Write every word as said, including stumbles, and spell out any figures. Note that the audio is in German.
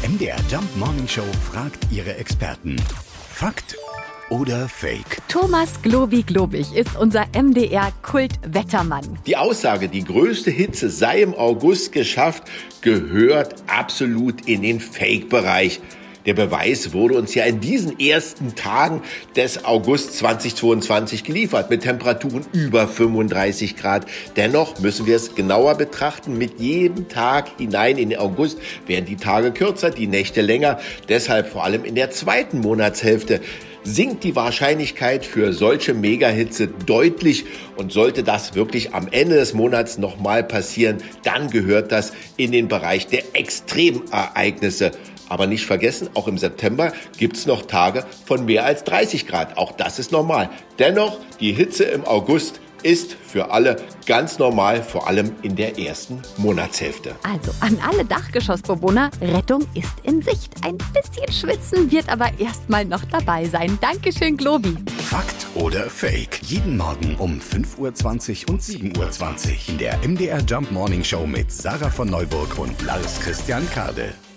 M D R Jump Morning Show fragt ihre Experten. Fakt oder Fake? Thomas Globi-Globig ist unser M D R-Kult-Wettermann. Die Aussage, die größte Hitze sei im August geschafft, gehört absolut in den Fake-Bereich. Der Beweis wurde uns ja in diesen ersten Tagen des August zweitausendzweiundzwanzig geliefert, mit Temperaturen über fünfunddreißig Grad. Dennoch müssen wir es genauer betrachten. Mit jedem Tag hinein in den August werden die Tage kürzer, die Nächte länger. Deshalb vor allem in der zweiten Monatshälfte sinkt die Wahrscheinlichkeit für solche Megahitze deutlich. Und sollte das wirklich am Ende des Monats nochmal passieren, dann gehört das in den Bereich der Extremereignisse. Aber nicht vergessen, auch im September gibt's noch Tage von mehr als dreißig Grad. Auch das ist normal. Dennoch, die Hitze im August ist für alle ganz normal, vor allem in der ersten Monatshälfte. Also an alle Dachgeschossbewohner, Rettung ist in Sicht. Ein bisschen schwitzen wird aber erstmal noch dabei sein. Dankeschön, Globi. Fakt oder Fake? Jeden Morgen um fünf Uhr zwanzig und sieben Uhr zwanzig in der M D R Jump Morning Show mit Sarah von Neuburg und Lars Christian Kade.